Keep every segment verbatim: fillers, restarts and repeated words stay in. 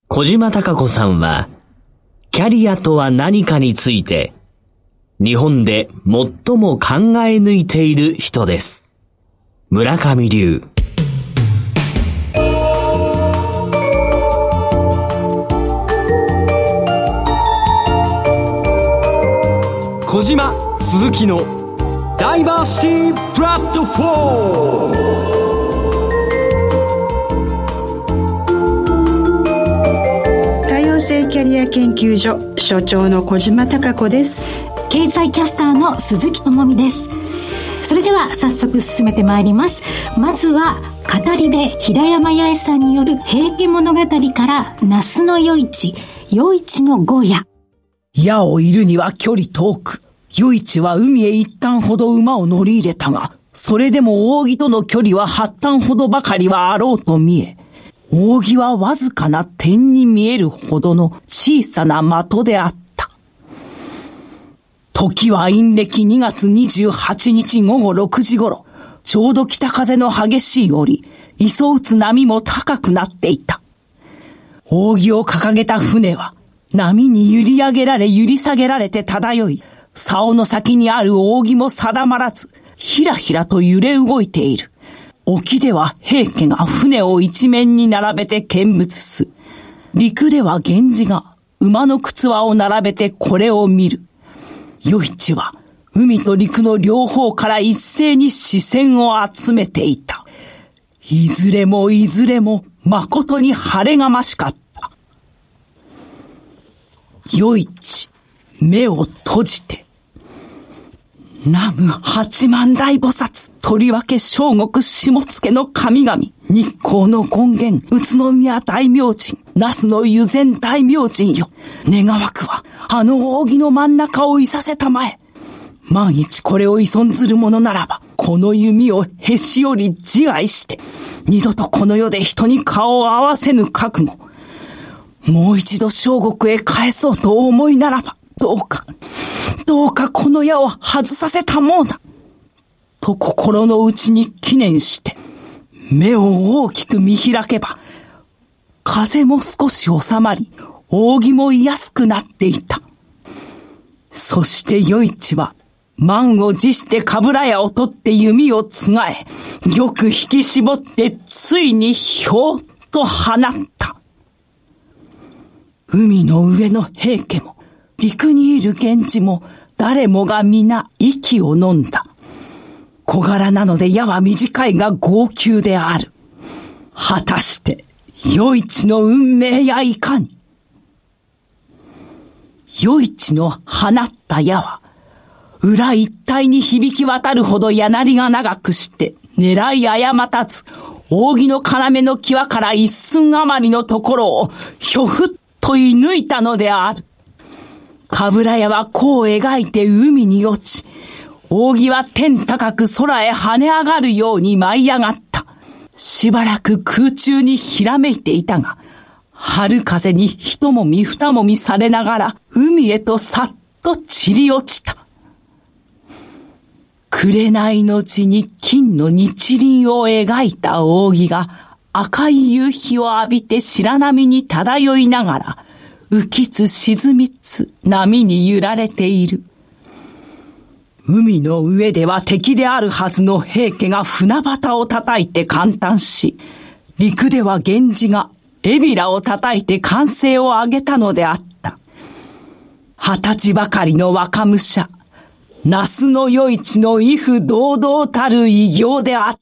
小島貴子さんは、キャリアとは何かについて、日本で最も考え抜いている人です。村上流。 小島鈴木のダイバーシティプラットフォーム。 多様性キャリア研究所所長の小島貴子です。 経済キャスターの鈴木智美です。それでは早速進めてまいります。まずは語り部平山八重さんによる平家物語から那須の与一、与一のゴヤ。 矢を射るには距離遠く、与一は海へ一旦ほど馬を乗り入れたが、それでも扇との距離は八旦ほどばかりはあろうと見え、扇はわずかな点に見えるほどの小さな的であった。時は陰暦にがつにじゅうはちにちごごろくじ頃、ちょうど北風の激しい折、磯打つ波も高くなっていた。扇を掲げた船は、波に揺り上げられ揺り下げられて漂い、竿の先にある扇も定まらず、ひらひらと揺れ動いている。沖では平家が船を一面に並べて見物す。陸では源氏が馬の靴輪を並べてこれを見る。与一は海と陸の両方から一斉に視線を集めていた。いずれもいずれも誠に晴れがましかった。与一、目を閉じて、南無八幡大菩薩、とりわけ小国下野の神々、日光の権現、宇都宮大明神、那須の湯前大明神よ。願わくは、あの扇の真ん中をいさせたまえ。万一これを依存するものならば、この弓をへし折り自愛して、二度とこの世で人に顔を合わせぬ覚悟。もう一度小国へ返そうとお思いならば、どうか、どうかこの矢を外させたもうだ。と心の内に祈念して、目を大きく見開けば、風も少し収まり、扇も居やすくなっていた。そして与一は、満を持してかぶら矢を取って弓をつがえ、よく引き絞って、ついにひょーっと放った。海の上の平家も、陸にいる源氏も、誰もが皆息を飲んだ。小柄なので矢は短いが剛急である。果たして、与一の運命やいかに。与一の放った矢は、裏一帯に響き渡るほど柳が長くして、狙い誤たず、扇の要の際から一寸余りのところを、ひょふっと射抜いたのである。かぶら矢は弧を描いて海に落ち、扇は天高く空へ跳ね上がるように舞い上がった。しばらく空中にひらめいていたが、春風に一もみ二もみされながら海へとさっと散り落ちた。紅の地に金の日輪を描いた扇が赤い夕日を浴びて白波に漂いながら、浮きつ沈みつ波に揺られている。海の上では敵であるはずの平家が船旗を叩いて感嘆し、陸では源氏が海老名を叩いて歓声を上げたのであった。二十歳ばかりの若武者、那須の与一の威風堂々たる偉業であった。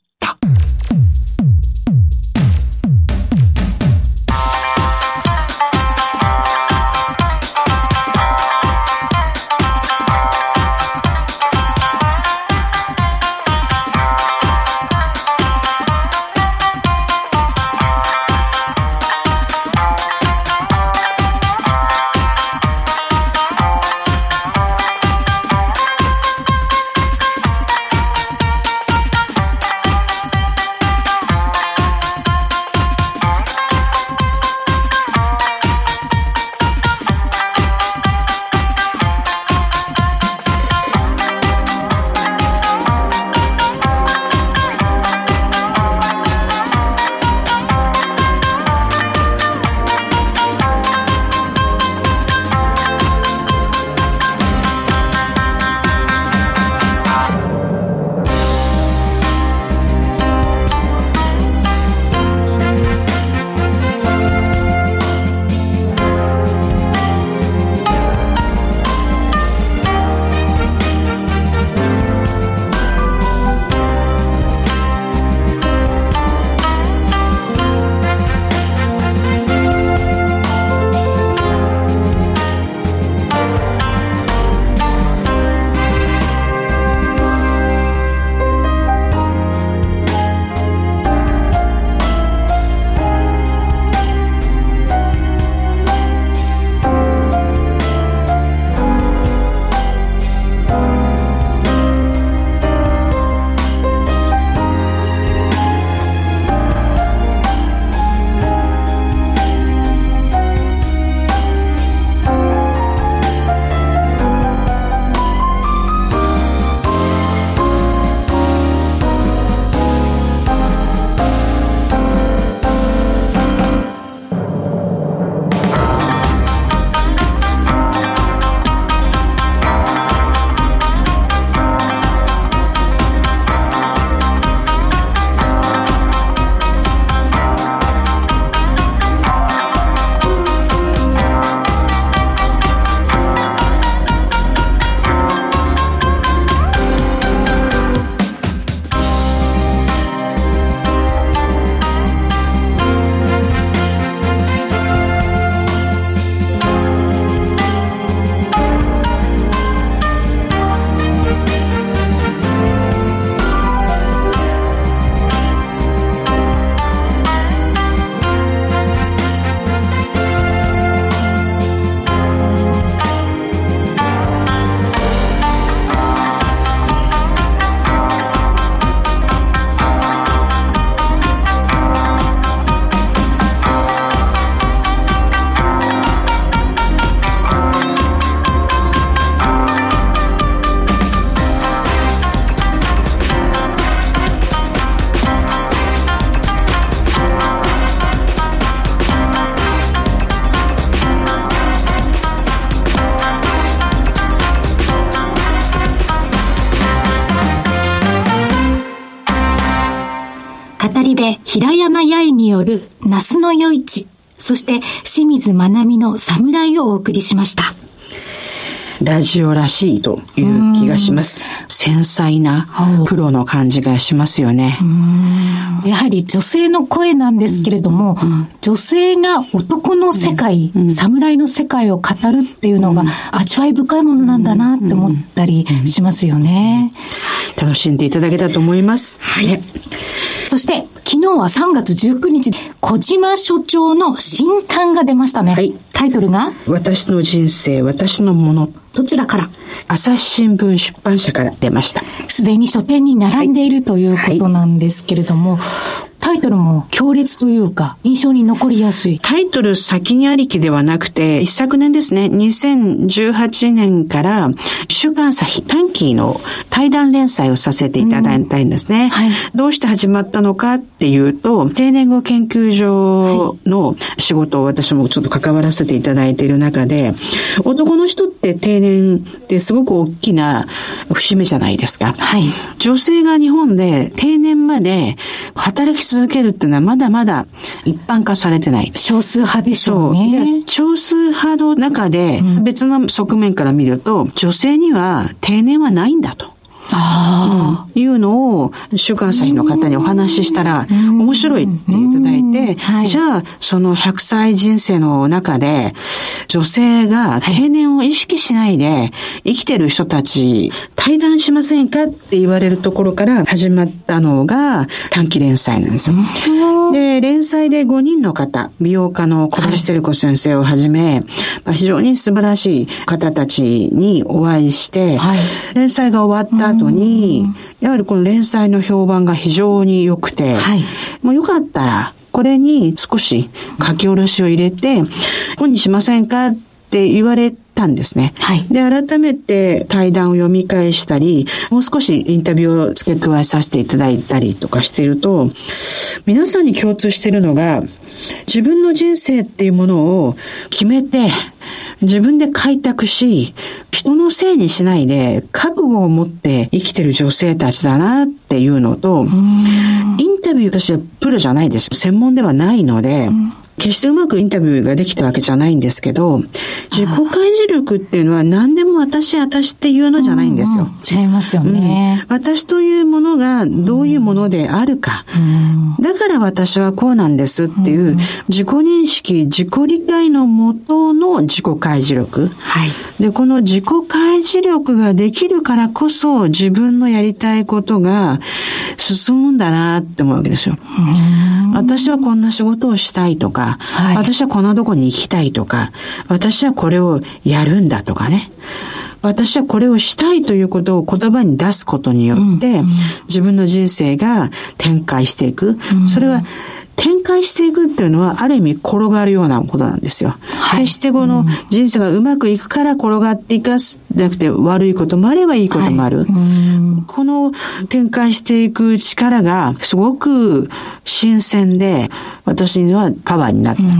平山八重による那須の夜市、そして清水まなみの侍をお送りしました。 ラジオらしいという気がします。繊細なプロの感じがしますよね。 やはり女性の声なんですけれども、うんうん、女性が男の世界、うん、侍の世界を語るっていうのが味わい深いものなんだなって思ったりしますよね。 楽しんでいただけたと思います。 はい。そして昨日はさんがつじゅうくにち、小島所長の新刊が出ましたね。はい。タイトルが私の人生、私のもの。 どちらから？ 朝日新聞出版社から出ました。 すでに書店に並んでいる、はい、ということなんですけれども、はい、タイトルも強烈というか印象に残りやすい。 タイトル先にありきではなくて、一昨年ですね、にせんじゅうはちねんから週刊朝日短期の対談連載をさせていただいたんですね、うんはい、どうして始まったのかっていうと、定年後研究所の仕事を私もちょっと関わらせていただいている中で、男の人って定年ってすごく大きな節目じゃないですか、はい、女性が日本で定年まで働き続けるっていうのはまだまだ一般化されてない。 少数派でしょうね。 そう。じゃあ少数派の中で別の側面から見ると、うん、女性には定年はないんだと。あうん、いうのを週刊朝日の方にお話ししたら面白いっていただいて、はい、じゃあそのひゃくさい人生の中で女性が定年を意識しないで生きてる人たち対談しませんかって言われるところから始まったのが短期連載なんですよ。で、連載でごにんの方、美容家の小林照子先生をはじめ、はい、非常に素晴らしい方たちにお会いして、はい、連載が終わった後に、やはりこの連載の評判が非常に良くて、はい、もうよかったらこれに少し書き下ろしを入れて本にしませんかって言われたんですね、はい、で改めて対談を読み返したり、もう少しインタビューを付け加えさせていただいたりとかしていると、皆さんに共通しているのが、自分の人生っていうものを決めて自分で開拓し、人のせいにしないで覚悟を持って生きてる女性たちだなっていうのと、インタビュー、私はプロじゃないです。専門ではないので、決してうまくインタビューができたわけじゃないんですけど、自己開示力っていうのは何でも私私っていうのじゃないんですよ。うんうん、違いますよね、 うん。私というものがどういうものであるか、うん、だから私はこうなんですっていう、うん、自己認識、自己理解のもとの自己開示力、はい、でこの自己開示力ができるからこそ自分のやりたいことが進むんだなって思うわけですよ。うん、私はこんな仕事をしたいとか、はい、私はこんなとこに行きたいとか、私はこれをやるんだとかね、私はこれをしたいということを言葉に出すことによって、うんうん、自分の人生が展開していく、うん、それは展開していくっていうのはある意味転がるようなことなんですよ、はい、決してこの人生がうまくいくから転がっていかすじゃなくて、悪いこともあればいいこともある、はい、うんこの展開していく力がすごく新鮮で私にはパワーになった、うん、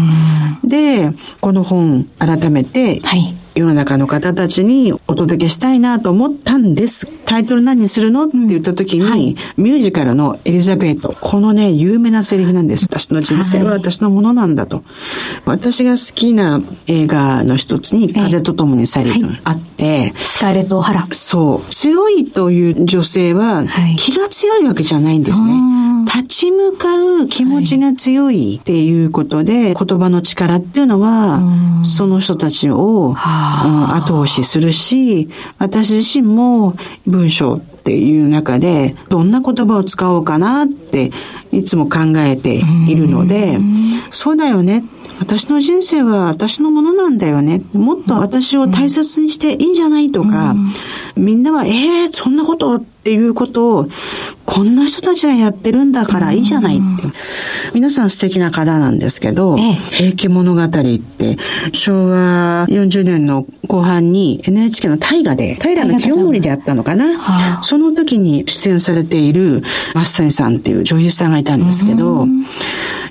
でこの本改めて、はい世の中の方たちにお届けしたいなと思ったんです。タイトル何にするのって言った時に、うんはい、ミュージカルのエリザベート。このね、有名なセリフなんです。私の人生は私のものなんだと。はい、私が好きな映画の一つに、風と共に去りがあって、はい、 スカーレット・オハラ。 そう。強いという女性は、気が強いわけじゃないんですね。はい、立ち向かう気持ちが強いっていうことで、はい、言葉の力っていうのは、その人たちを、うん、後押しするし、私自身も文章っていう中でどんな言葉を使おうかなっていつも考えているので、そうだよね、私の人生は私のものなんだよね、もっと私を大切にしていいんじゃないとか、みんなはえーそんなことっていうことをこんな人たちがやってるんだからいいじゃないって、皆さん素敵な方なんですけど、ええ、平家物語ってしょうわよんじゅうねんの後半に エヌエイチケー の大河で平清盛であったのかな、はあ、その時に出演されている増谷さんっていう女優さんがいたんですけど、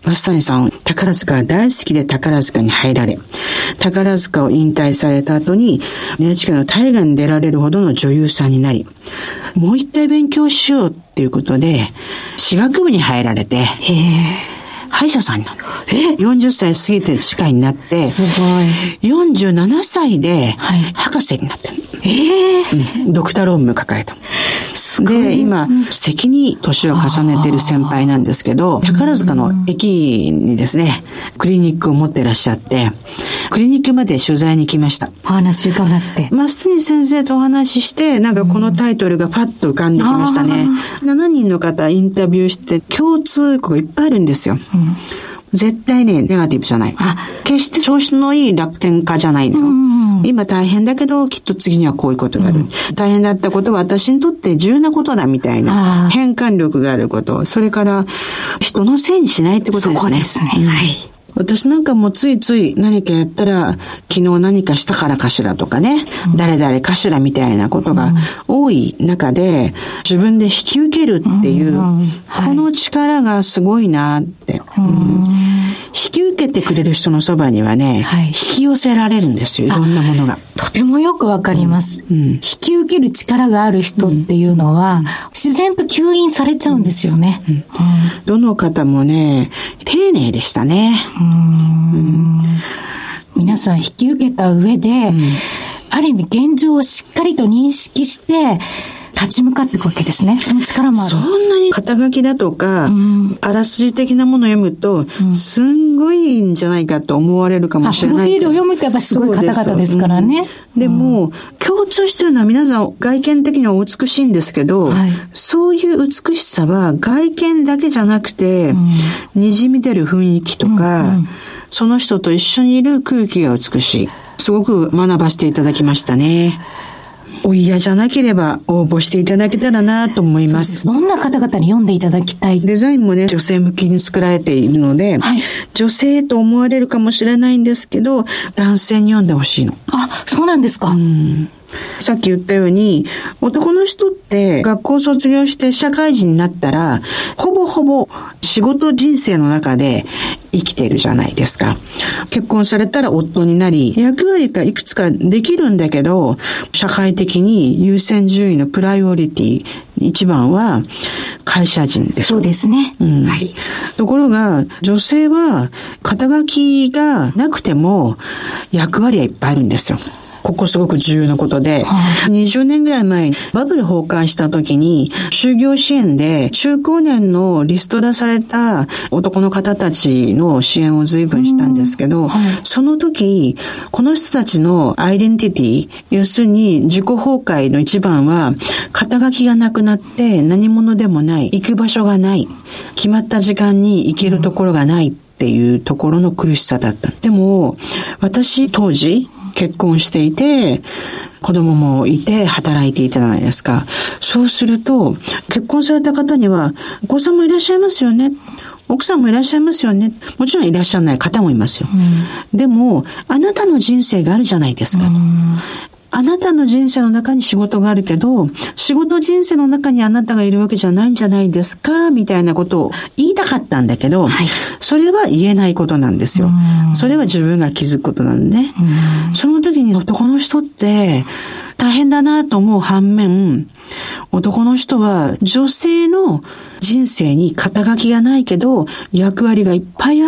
増谷さん、宝塚が大好きで宝塚に入られ、宝塚を引退された後に エヌエイチケー の大河に出られるほどの女優さんになり、もう一回勉強しようっていうことで、歯学部に入られて、へー。歯医者さんになった。えよんじゅっさい過ぎて歯科になって、 すごい。 よんじゅうななさいで博士になった。 ええーうん、ドクター論文書かれた。で、今、素敵に年を重ねている先輩なんですけど、宝塚の駅にですね、クリニックを持っていらっしゃって、クリニックまで取材に来ました。 お話伺って。 増谷先生とお話しして、なんかこのタイトルがパッと浮かんできましたね。ななにんの方インタビューして、共通項がいっぱいあるんですよ。うん絶対ね、ネガティブじゃない。決して調子のいい楽天家じゃないのよ。うんうん、今大変だけど、きっと次にはこういうことがある。うん、大変だったことは私にとって重要なことだみたいな変換力があること。それから人のせいにしないってことですね。 そうですね。うん、はい。 私なんかもついつい何かやったら昨日何かしたからかしらとかね、うん、誰々かしらみたいなことが多い中で自分で引き受けるっていう、うんうんはい、この力がすごいなって、うんうん、引き受けてくれる人のそばにはね、はい、引き寄せられるんですよ、いろんなものが。 とてもよくわかります、うんうん、引き受ける力がある人っていうのは、うん、自然と吸引されちゃうんですよね、うんうん、 どの方もね丁寧でしたね。うんうん、皆さん引き受けた上で、うん、ある意味現状をしっかりと認識して立ち向かっていくわけですね。その力もある。 そんなに肩書きだとか、うん、あらすじ的なものを読むと、うん、すんごいんじゃないかと思われるかもしれない。 プロフィールを読むとやっぱすごい方々ですからね。 うん、でも、うん、共通してるのは皆さん外見的にはお美しいんですけど、はい、そういう美しさは外見だけじゃなくて、うん、にじみ出る雰囲気とか、うんうん、その人と一緒にいる空気が美しい。すごく学ばせていただきましたね。お嫌じゃなければ応募していただけたらなと思います。 どんな方々に読んでいただきたい？ デザインもね、女性向きに作られているので、はい、女性と思われるかもしれないんですけど、男性に読んでほしいの。 あ、そうなんですか。 うんさっき言ったように、男の人って学校卒業して社会人になったら、ほぼほぼ仕事人生の中で生きているじゃないですか。結婚されたら夫になり、役割がいくつかできるんだけど、社会的に優先順位のプライオリティ、一番は会社人です。 そうですね。 うんはい、ところが、女性は肩書きがなくても役割はいっぱいあるんですよ。ここすごく重要なことで、はあ、にじゅうねんぐらい前にバブル崩壊した時に就業支援で中高年のリストラされた男の方たちの支援を随分したんですけど、はい、その時この人たちのアイデンティティ、要するに自己崩壊の一番は肩書きがなくなって何者でもない、行く場所がない、決まった時間に行けるところがないっていうところの苦しさだった。でも私当時結婚していて、子供もいて働いていたじゃないですか。そうすると、結婚された方には、お子さんもいらっしゃいますよね。奥さんもいらっしゃいますよね。もちろんいらっしゃらない方もいますよ。うん、でも、あなたの人生があるじゃないですか。うんあなたの人生の中に仕事があるけど、仕事人生の中にあなたがいるわけじゃないんじゃないですかみたいなことを言いたかったんだけど、はい、それは言えないことなんですよ。それは自分が気づくことなんでね。その時に男の人って大変だなと思う反面、男の人は女性の人生に肩書きがないけど役割がいっぱいあって、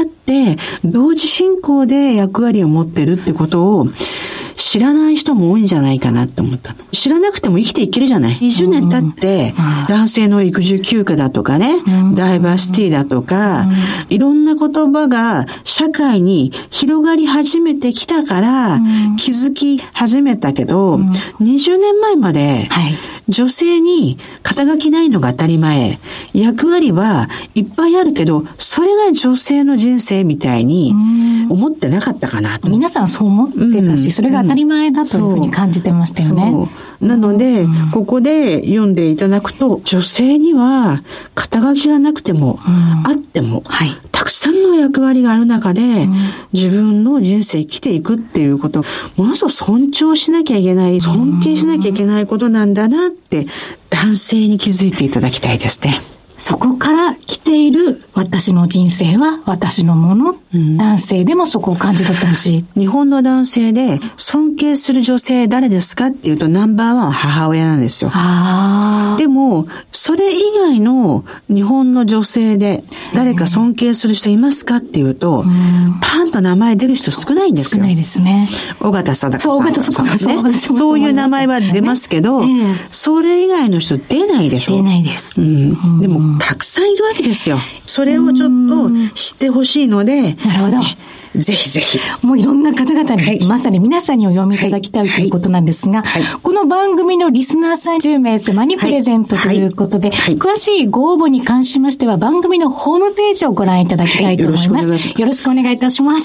同時進行で役割を持ってるってことを知らない人も多いんじゃないかなって思ったの。知らなくても生きていけるじゃない。にじゅうねん経って男性の育児休暇だとかね、ダイバーシティだとか、いろんな言葉が社会に広がり始めてきたから気づき始めたけど、にじゅうねんまえまで女性に肩書きないのが当たり前。役割はいっぱいあるけど、それが女性の人生みたいに思ってなかったかなと。 皆さんそう思ってたし、うん、それが当たり前だというふうに感じてましたよね。 そうそうなので、うん、ここで読んでいただくと、女性には肩書きがなくても、うん、あっても、はい、たくさんの役割がある中で、うん、自分の人生生きていくっていうこと、ものすごく尊重しなきゃいけない、尊敬しなきゃいけないことなんだなって、男性に気づいていただきたいですね。 そこから来ている私の人生は私のもの、うん、男性でもそこを感じ取ってほしい。 日本の男性で尊敬する女性誰ですかっていうとナンバーワンは母親なんですよ。 あでもそれ以外の日本の女性で誰か尊敬する人いますかっていうと、うん、パンと名前出る人少ないんですよ。 少ないですね。 尾形貞子さん、 そう、尾形貞子さん、ね、 そう、そういう名前は出ますけど、ね、それ以外の人出ないでしょ。 出ないです、 うん、でもたくさんいるわけですよ。それをちょっと知ってほしいので、 なるほど、 ぜひぜひ。 もういろんな方々に、はい、まさに皆さんにお読みいただきたい、はい、ということなんですが、はい、この番組のリスナーさんじゅうめい様にプレゼントということで、はいはい、詳しいご応募に関しましては番組のホームページをご覧いただきたいと思います。はい、よろしくお願いいたします。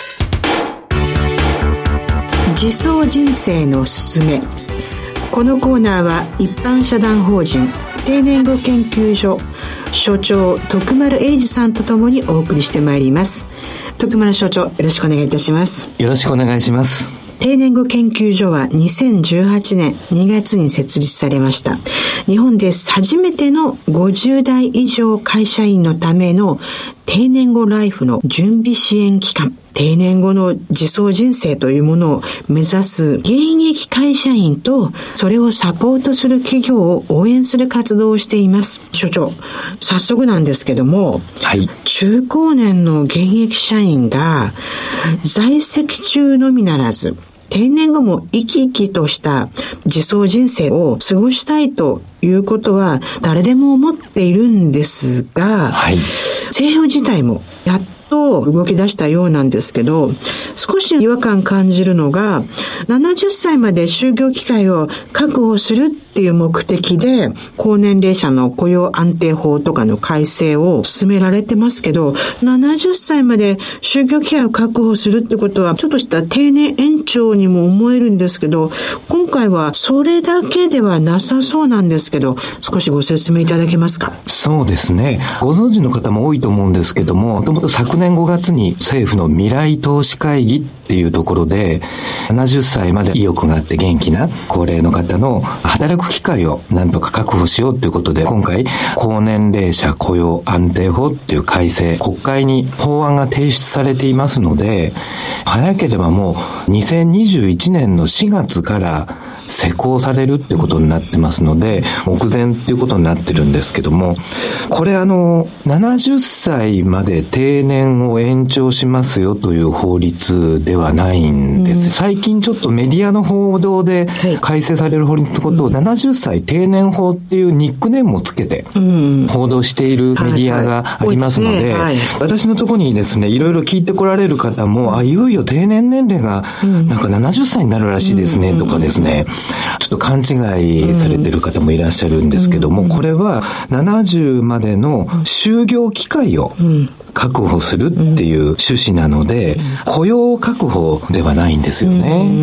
自走人生のすすめ。このコーナーは一般社団法人定年後研究所所長徳丸英二さんとともにお送りしてまいります。徳丸所長、よろしくお願いいたします。 よろしくお願いします。 定年後研究所はにせんじゅうはちねんにがつに設立されました。日本で初めてのごじゅうだい以上会社員のための定年後ライフの準備支援機関。定年後の自走人生というものを目指す現役会社員とそれをサポートする企業を応援する活動をしています。所長、早速なんですけども、はい、中高年の現役社員が在籍中のみならず定年後も生き生きとした自走人生を過ごしたいということは誰でも思っているんですが、はい、政府自体もやっと動き出したようなんですけど、少し違和感感じるのがななじゅっさいまで就業機会を確保するっていう目的で高年齢者の雇用安定法とかの改正を進められてますけど、ななじゅっさいまで就業機会を確保するってことはちょっとした定年延長にも思えるんですけど、今回はそれだけではなさそうなんですけど、少しご説明いただけますか。 そうですね、ご存知の方も多いと思うんですけども、もともと昨年ごがつに政府の未来投資会議っていうところでななじゅっさいまで意欲があって元気な高齢の方の働く機会をなんとか確保しようということで、今回高年齢者雇用安定法っていう改正、国会に法案が提出されていますので、早ければもうにせんにじゅういちねんのしがつから施行されるってことになってますので、目前っていうことになってるんですけども、これあのななじゅっさいまで定年を延長しますよという法律ではないんです、うん、最近ちょっとメディアの報道で改正される法律のことをななじゅっさい定年法っていうニックネームをつけて報道しているメディアがありますので、私のところにですねいろいろ聞いてこられる方も、あ、いよいよ定年年齢がなんかななじゅっさいになるらしいですねとかですね、ちょっと勘違いされてる方もいらっしゃるんですけども、これはななじゅうまでの就業機会を確保するっていう趣旨なので、雇用確保ではないんですよね。うん、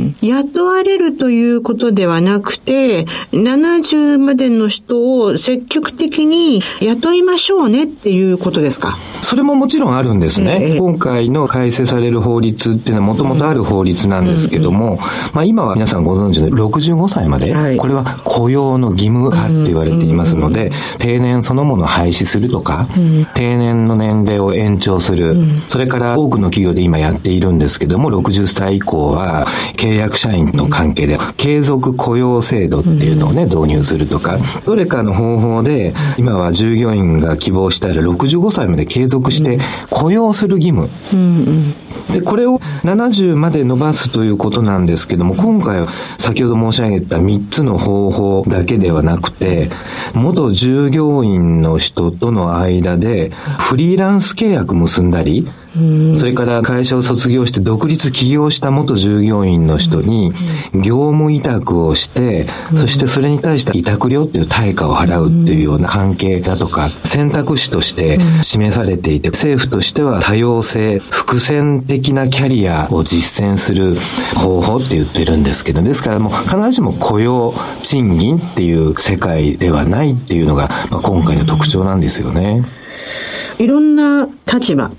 雇われるということではなくて、ななじゅうまでの人を積極的に雇いましょうねっていうことですか。 それももちろんあるんですね。えー、今回の改正される法律っていうのはもともとある法律なんですけども、うんうん、まあ今は皆さんご存知のろくじゅうごさいまで、はい、これは雇用の義務化って言われていますので、定年そのものを廃止するとか、うん、定年の年齢を延長する、うん、それから多くの企業で今やっているんですけども、ろくじゅっさい以降は契約社員の関係で継続雇用制度っていうのをね、うん、導入するとか、どれかの方法で今は従業員が希望したらろくじゅうごさいまで継続して雇用する義務、うんうんで、これをななじゅうまで伸ばすということなんですけども、今回は先ほど申し上げたみっつの方法だけではなくて、元従業員の人との間でフリーランス契約結んだり、それから会社を卒業して独立起業した元従業員の人に業務委託をして、そしてそれに対して委託料っていう対価を払うっていうような関係だとか選択肢として示されていて、政府としては多様性、複線的なキャリアを実践する方法って言ってるんですけど、ですからもう必ずしも雇用賃金っていう世界ではないっていうのが、まあ、今回の特徴なんですよね。 いろんな立場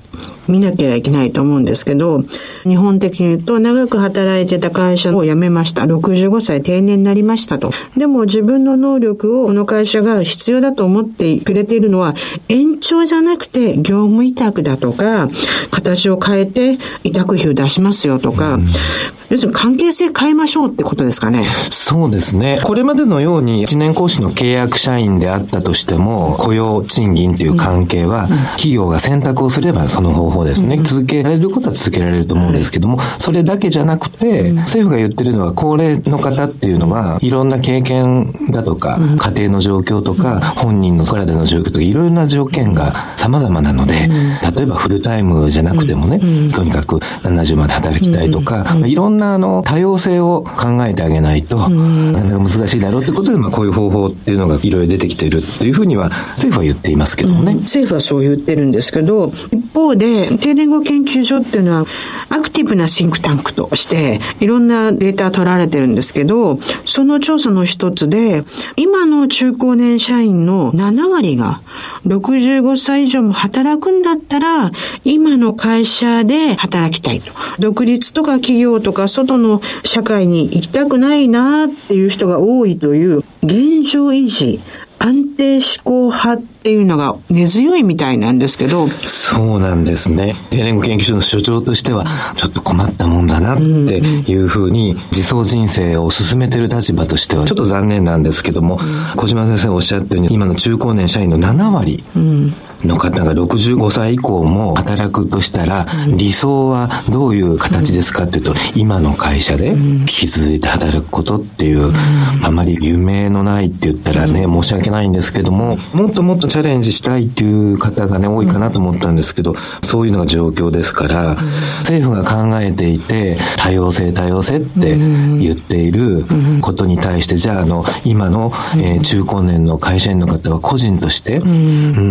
見なきゃいけないと思うんですけど、日本的に言うと長く働いてた会社を辞めました。ろくじゅうごさい定年になりましたと。でも自分の能力をこの会社が必要だと思ってくれているのは延長じゃなくて業務委託だとか、形を変えて委託費を出しますよとか、うん、要するに関係性変えましょうってことですかね。 そうですね。これまでのようにいちねん講師の契約社員であったとしても、雇用賃金という関係は、企業が選択をすればその方法ですね、うん、続けられることは続けられると思うんですけども、それだけじゃなくて、政府が言ってるのは高齢の方っていうのはいろんな経験だとか、家庭の状況とか、本人の体の状況とか、いろいろな条件が様々なので、例えばフルタイムじゃなくてもね、とにかくななじゅうまで働きたいとか、いろんなあの多様性を考えてあげないと、なかなか難しいだろうってことで、まあこういう方法っていうのがいろいろ出てきているっていうふうには政府は言っていますけどもね、うん、 政府はそう言ってるんですけど、一方で定年後研究所っていうのはアクティブなシンクタンクとしていろんなデータ取られてるんですけど、その調査の一つで今の中高年社員のななわりがろくじゅうごさい以上も働くんだったら今の会社で働きたいと、独立とか企業とか外の社会に行きたくないなっていう人が多いという現状維持安定志向派っていうのが根強いみたいなんですけど。 そうなんですね。定年後研究所の所長としてはちょっと困ったもんだなっていうふうに自走人生を進めている立場としてはちょっと残念なんですけども、小島先生おっしゃったように今の中高年社員のななわりの方がろくじゅうごさい以降も働くとしたら、理想はどういう形ですかっていうと、今の会社で引き続いて働くことっていう、あまり夢のないって言ったらね、申し訳ないんですけども、もっともっとチャレンジしたいっていう方がね多いかなと思ったんですけど、そういうのが状況ですから、政府が考えていて多様性多様性って言っていることに対して、じゃああの今の、えー、中高年の会社員の方は個人として、うん、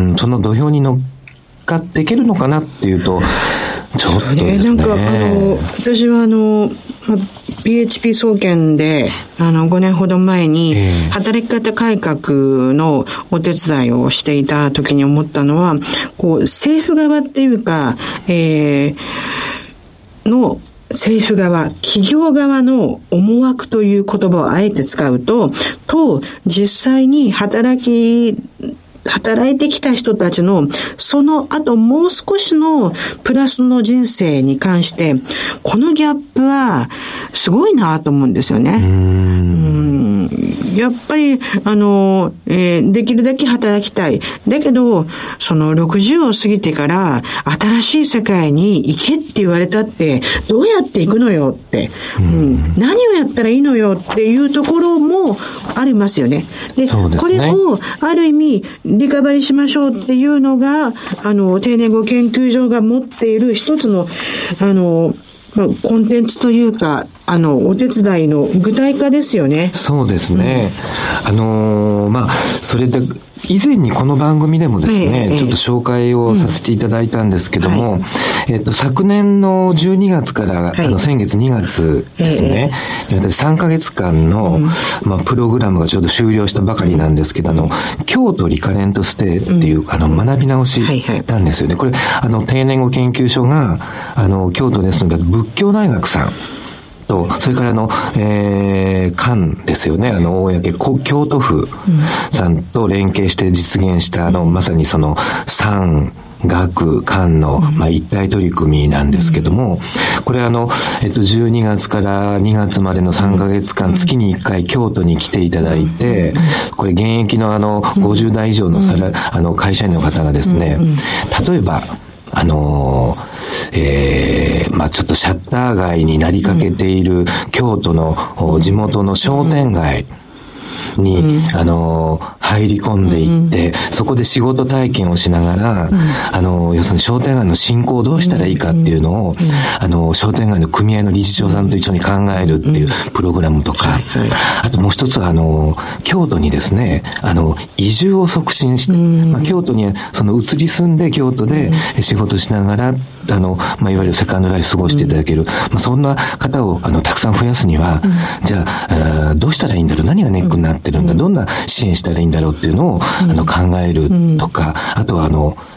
その土俵に乗っかっていけるのかなっていうとちょっとですね。 なんかあの私はあの、まあ、ピーエイチピー 総研であのごねんほど前に働き方改革のお手伝いをしていた時に思ったのは、こう政府側っていうか、えー、の政府側、企業側の思惑という言葉をあえて使うと、と実際に働き働いてきた人たちのその後もう少しのプラスの人生に関してこのギャップはすごいなと思うんですよね。うーん、やっぱりあの、えー、できるだけ働きたい。だけどそのろくじゅうを過ぎてから新しい世界に行けって言われたってどうやって行くのよって、うん、何をやったらいいのよっていうところもありますよね。で、そうですね。これをある意味リカバリーしましょうっていうのがあの定年後研究所が持っている一つのあの、まあ、コンテンツというかあのお手伝いの具体化ですよね。 そうですね、うん、あのー、まあそれで以前にこの番組でもですね、ええ、ちょっと紹介をさせていただいたんですけども、うんはい、えっと、昨年のじゅうにがつから、はい、あの先月にがつですね、ええ、さんかげつかんの、うん、まあ、プログラムがちょうど終了したばかりなんですけど、うん、あの京都リカレントステイっていう、うん、あの学び直しなんですよね。これあの定年後研究所があの京都ですので仏教大学さんと、それからあの、えー、館ですよね。あの、公京都府さんと連携して実現した、あの、まさにその、産、学、官の、まあ、一体取り組みなんですけども、これあの、えっと、じゅうにがつからにがつまでのさんかげつかん、月にいっかい京都に来ていただいて、これ現役のあの、ごじゅうだい以上のさら、あの、会社員の方がですね、例えば、あのー、えー、まあちょっとシャッター街になりかけている京都の地元の商店街に、うん、あのー、入り込んでいって、うん、そこで仕事体験をしながら、うん、あのー、要するに商店街の振興をどうしたらいいかっていうのを、うん、あのー、商店街の組合の理事長さんと一緒に考えるっていうプログラムとか、うん、あともう一つはあのー、京都にですね、あの移住を促進して、うん、まあ、京都にその移り住んで京都で仕事しながら、あの、まあ、いわゆるセカンドライフ過ごしていただける、うん、まあ、そんな方をあのたくさん増やすには、うん、じゃあ、あどうしたらいいんだろう、何がネックになってるんだ、うん、どんな支援したらいいんだろうっていうのを、うん、あの考えるとか、うん、あとはあの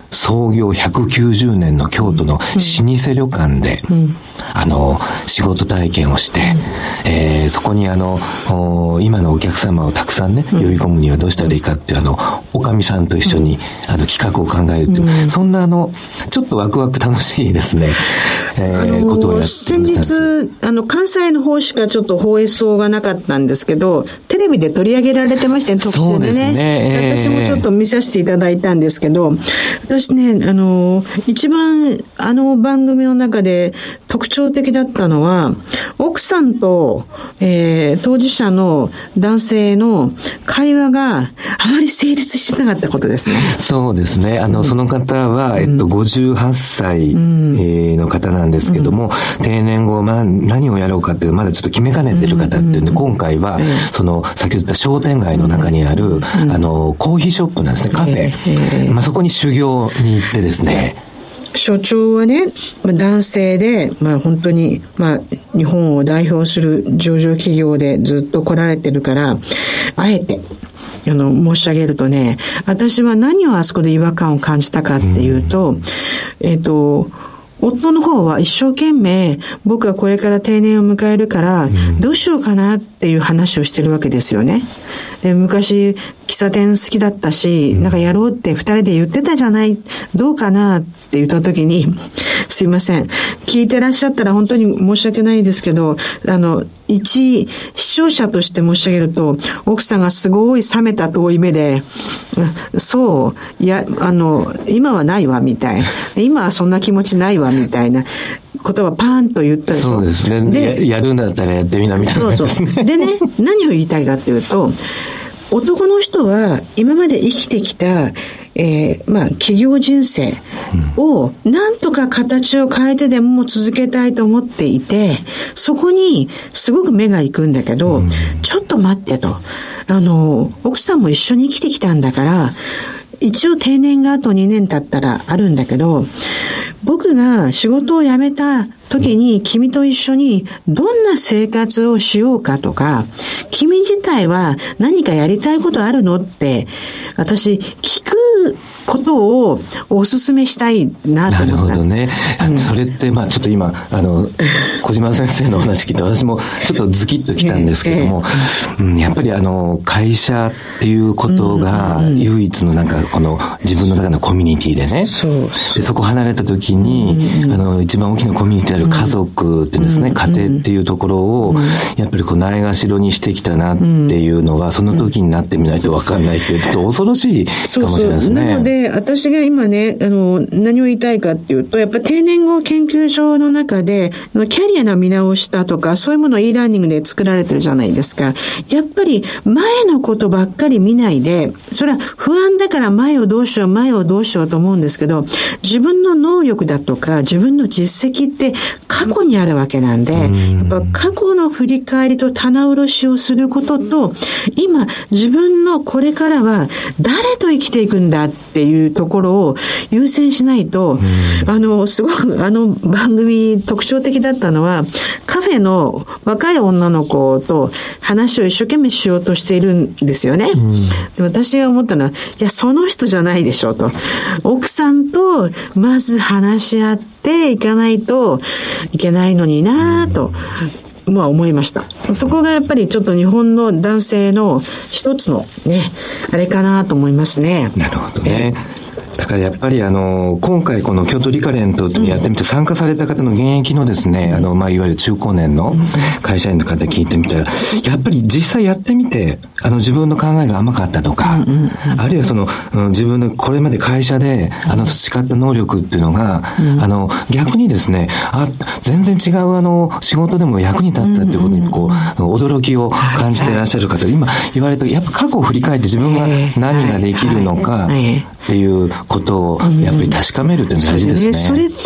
創業ひゃくきゅうじゅうねんの京都の老舗旅館で、うん、あの仕事体験をして、うん、えー、そこにあの今のお客様をたくさんね、うん、呼び込むにはどうしたらいいかっていうあのおかみさんと一緒に、うん、あの企画を考えるっていう、うん、そんなあのちょっとワクワク楽しいですね、えー、あのー、ことをやって先日あの関西の方しかちょっと放送がなかったんですけど、テレビで取り上げられてましたね、特集でね。そうですね、えー、私もちょっと見させていただいたんですけど、私ね、あの一番あの番組の中で特徴的だったのは、奥さんと、えー、当事者の男性の会話があまり成立してなかったことですね。 そうですね。あの、うん、その方は、えっと、ごじゅうはっさい、うんえー、の方なんですけども、うん、定年後、まあ、何をやろうかっていうまだちょっと決めかねてる方っていうんで、うん、今回は、うん、その先ほど言った商店街の中にある、うん、あのコーヒーショップなんですね、カフェ、えーまあ、そこに修行に行ってですね、 所長はね、男性で、まあ本当に、まあ日本を代表する上場企業でずっと来られてるから、あえて、あの、申し上げるとね、私は何をあそこで違和感を感じたかっていうと、うん、えっと、夫の方は一生懸命僕はこれから定年を迎えるからどうしようかなっていう話をしてるわけですよね。で昔喫茶店好きだったし、なんかやろうって二人で言ってたじゃない、どうかなって言った時に、すいません、聞いてらっしゃったら本当に申し訳ないですけど、あの一視聴者として申し上げると、奥さんがすごい冷めた遠い目で、そういやあの今はないわみたいな、今はそんな気持ちないわみたいなことはパーンと言ったでしょ。 そうですね。で、やるんだったらやってみなみたいな、ね。そうそう。 でね、何を言いたいかっていうと、男の人は今まで生きてきた、えー、まあ企業人生をなんとか形を変えてでも続けたいと思っていて、そこにすごく目が行くんだけど、うん、ちょっと待ってと、あの奥さんも一緒に生きてきたんだから、一応定年があとにねん経ったらあるんだけど、僕が仕事を辞めた時に君と一緒にどんな生活をしようかとか、君自体は何かやりたいことあるのって私聞くことをお勧めしたいなと思った。なるほどね。うん、それってまあちょっと今あの小島先生のお話聞いて私もちょっとズキッときたんですけども、えーえーうん、やっぱりあの会社っていうことが唯一のなんかこの自分の中のコミュニティでね、そうそうでそこ離れた時に、うん、あの一番大きなコミュニティである家族っていうんですね、うん、家庭っていうところを、うん、やっぱりこうないがしろにしてきたなっていうのがその時になってみないと分かんないっていうちょっと恐ろしいかもしれないですね。そうそう、なので私が今ね、あの何を言いたいかっていうと、やっぱ定年後研究所の中でキャリアの見直しだとかそういうものを e ラーニングで作られてるじゃないですか。やっぱり前のことばっかり見ないで、それは不安だから前をどうしよう前をどうしようと思うんですけど、自分の能力だとか自分の実績って過去にあるわけなんで、やっぱ過去の振り返りと棚卸しをすることと、今自分のこれからは誰と生きていくんだっていうところを優先しないと、あのすごくあの番組特徴的だったのは、カフェの若い女の子と話を一生懸命しようとしているんですよね。で私が思ったのは、いやその人じゃないでしょうと、奥さんとまず話し合っていかないといけないのになぁと、まあ思いました。そこがやっぱりちょっと日本の男性の一つのね、あれかなと思いますね。 なるほどね。だからやっぱりあの今回この京都リカレントってやってみて参加された方の現役のですね、あのまあいわゆる中高年の会社員の方聞いてみたら、やっぱり実際やってみてあの自分の考えが甘かったとか、あるいはその、うん、自分のこれまで会社であの培った能力っていうのが、あの逆にですね、あ全然違うあの仕事でも役に立ったっていうことにこう驚きを感じていらっしゃる方で、今言われたやっぱ過去を振り返って自分が何ができるのかっていうことをやっぱり確かめるって大事ですね。 うん、それって本当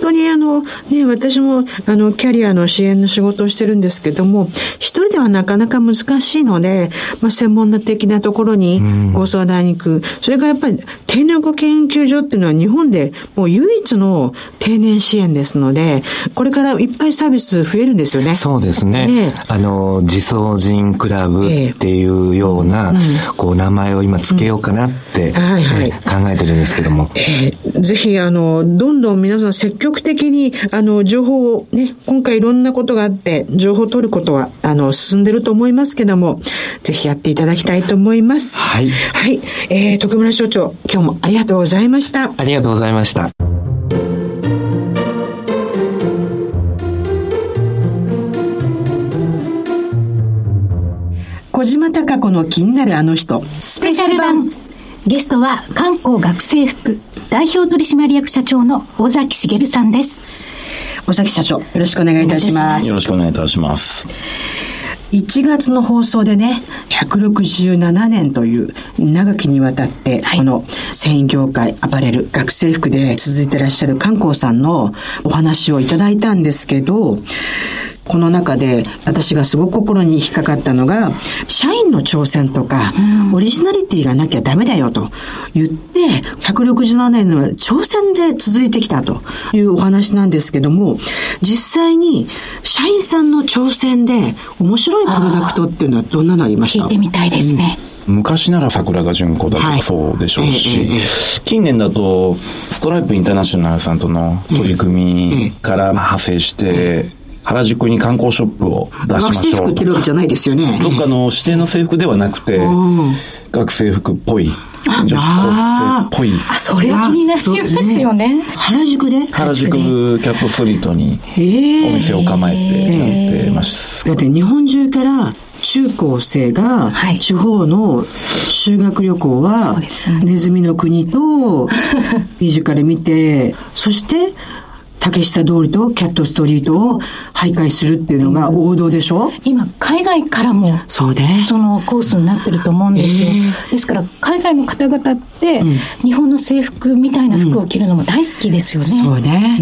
当にあの、ね、私もあの、キャリアの支援の仕事をしてるんですけども、一人ではなかなか難しいので、まあ、専門的なところにご相談に行く。それからやっぱり定年後研究所っていうのは日本でもう唯一の定年支援ですので、これからいっぱいサービス増えるんですよね。 そうですね。ね、あの、自走人クラブっていうような、えーうん、こう名前を今つけようかなって、うんはいはい、考えてるんですけども。 えー、ぜひあの、どんどん皆さん積極的にあの、情報をね、今回いろんなことがあって、情報を取ることはあの、進んでると思いますけども、ぜひやっていただきたいと思います。 はい。 はい。えー、徳村所長、今日もありがとうございました。 ありがとうございました。 小島貴子の気になるあの人スペシャル版。ゲストは観光学生服代表取締役社長の尾崎茂さんです。 尾崎社長、よろしくお願いいたします。 よろしくお願いいたします。 いちがつの放送でね、ひゃくろくじゅうななねんという長きにわたって、はい、この繊維業界、アパレル、学生服で続いてらっしゃる観光さんのお話をいただいたんですけど、この中で私がすごく心に引っかかったのが、社員の挑戦とか、うん、オリジナリティがなきゃダメだよと言って、ひゃくろくじゅうななねんの挑戦で続いてきたというお話なんですけども、実際に社員さんの挑戦で面白いプロダクトっていうのはどんなのありました？ 聞いてみたいですね。 うん、昔なら桜田淳子だとかそうでしょうし、はいええええ、近年だとストライプインターナショナルさんとの取り組みから派生して、えええ原宿に観光ショップを出しましょう。 学生服ってるわけじゃないですよね。 どっかの指定の制服ではなくて、学生服っぽい、女子高生っぽい。 あ、それは気になりますよね。 原宿で原宿キャットストリートにお店を構えてやってます。 だって日本中から中高生が地方の修学旅行はネズミの国とミュージカル見て、そして竹下通りとキャットストリートを徘徊するっていうのが王道でしょ。 今海外からもそうね、 そのコースになってると思うんですよ、えー、ですから海外の方々って、うん、日本の制服みたいな服を着るのも大好きですよね、 うん、そうね、うん、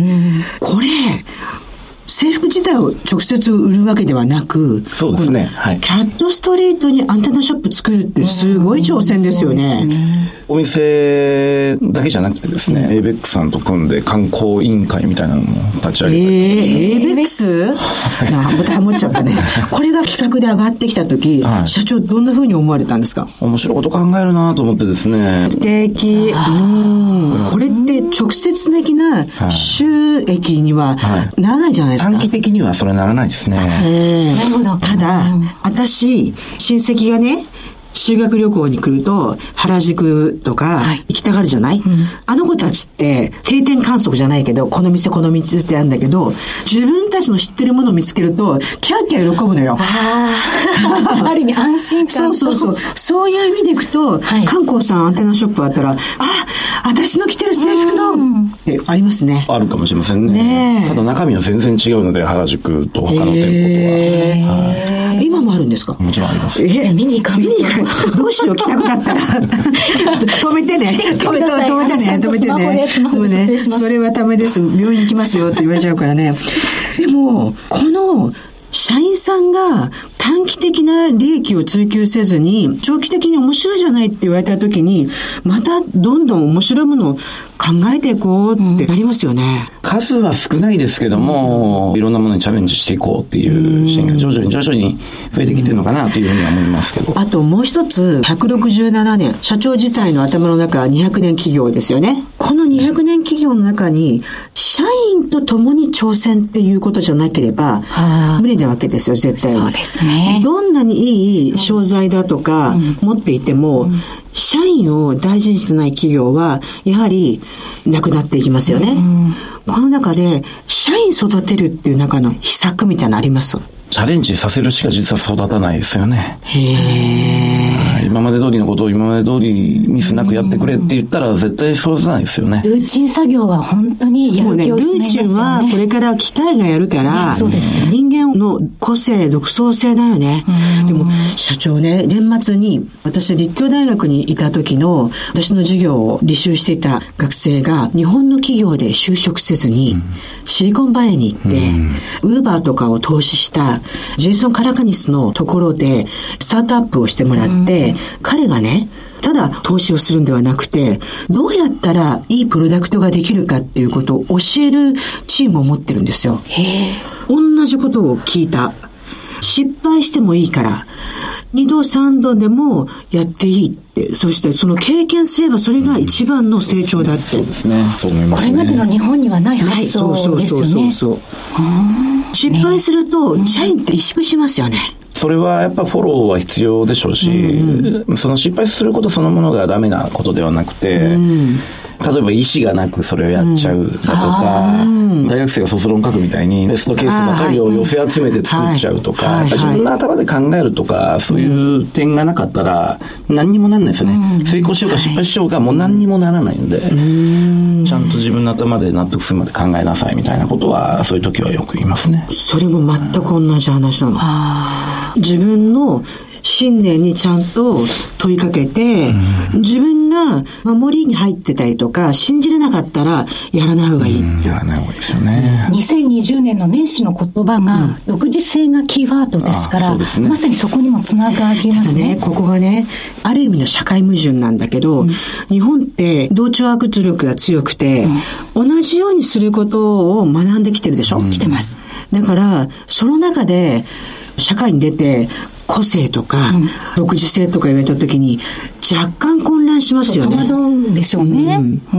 これ制服自体を直接売るわけではなく、 そうですね、はい、 キャットストリートにアンテナショップ作るってすごい挑戦ですよね、 お店だけじゃなくてですね、エイベックス さんと組んで観光委員会みたいなのも立ち上げたり、えー、エイベックス なまたハモっちゃったねこれが企画で上がってきた時、はい、社長どんな風に思われたんですか？ 面白いこと考えるなと思ってですね。 素敵。うんこれって直接的な収益にはならないじゃないですか、 はい、短期的にはそれはならないですね。 なるほど。ただ、うん、私親戚がね修学旅行に来ると原宿とか行きたがるじゃない、はいうん、あの子たちって定点観測じゃないけどこの店この道ってあるんだけど、自分たちの知ってるものを見つけるとキャーキャー喜ぶのよ。 あある意味安心感。 そうそうそう。そういう意味でいくと、はい、観光さんアンテナショップあったら、あ、私の着てる制服のってありますね。 あるかもしれません ね, ねただ中身は全然違うので、原宿と他の店舗とは、 はい、今もあるんですか？ もちろんあります。 えー、 見に行かないとどうしよう、来たくなったら止めてね止めてね止めてね止めてねもうね、それはダメです、病院行きますよって言われちゃうからね。でもこの社員さんが短期的な利益を追求せずに長期的に面白いじゃないって言われた時に、またどんどん面白いものを考えていこうってやりますよね、 うん、数は少ないですけども、うん、いろんなものにチャレンジしていこうっていう視点が徐々に徐々に増えてきてるのかなというふうには思いますけど、 あともう一つひゃくろくじゅうななねん、社長自体の頭の中はにひゃくねん企業ですよね。このにひゃくねん企業の中に社員と共に挑戦っていうことじゃなければ無理なわけですよ、絶対に。 そうですね。 どんなにいい商材だとか持っていても、うん、社員を大事にしてない企業はやはりなくなっていきますよね、うん、この中で社員育てるっていう中の秘策みたいなのあります？ チャレンジさせるしか実は育たないですよね。 へー、 今まで通りのことを今まで通りミスなくやってくれって言ったら絶対育たないですよね。 ルーチン作業は本当にやる気をしないですよね。 ルーチンはこれから機械がやるから、 ね、そうです、ね、 人間の個性独創性だよね。でも社長ね、年末に私立教大学にいた時の私の授業を履修していた学生が日本の企業で就職せずに、うんシリコンバレーに行って、ウーバーとかを投資したジェイソン・カラカニスのところでスタートアップをしてもらって、彼がね、ただ投資をするんではなくて、どうやったらいいプロダクトができるかっていうことを教えるチームを持ってるんですよ。へー。同じことを聞いた。失敗してもいいから、二度三度でもやっていいって。そしてその経験すればそれが一番の成長だって。 そうですね。そう思いますね。 これまでの日本にはない発想ですよね。そうそうそうそう。 失敗すると社員って萎縮しますよね。 それはやっぱフォローは必要でしょうし、うんうん、その失敗することそのものがダメなことではなくて、うん、例えば意思がなくそれをやっちゃうだとか、うん、大学生が卒論書くみたいにベストケースばかりを寄せ集めて作っちゃうとか、はいはい、自分の頭で考えるとか、そういう点がなかったら何にもなんないですよね、うん、成功しようか失敗しようかもう何にもならないので、うん、ちゃんと自分の頭で納得するまで考えなさいみたいなことはそういう時はよく言いますね。 それも全く同じ話なの。自分の信念にちゃんと問いかけて、うん、自分が守りに入ってたりとか信じれなかったらやらない方がいい、 うん、やらない方がいいですよね。 にせんにじゅうねんの年始の言葉が、うん、独自性がキーワードですから、ね、まさにそこにもつながりますね。 ただね、ここがね、ある意味の社会矛盾なんだけど、うん、日本って同調圧力が強くて、うん、同じようにすることを学んできてるでしょ、うん、 来てます。 だからその中で社会に出て個性とか、うん、独自性とか言われたときに若干混乱しますよね。 戸惑うんでしょうね、うんうん、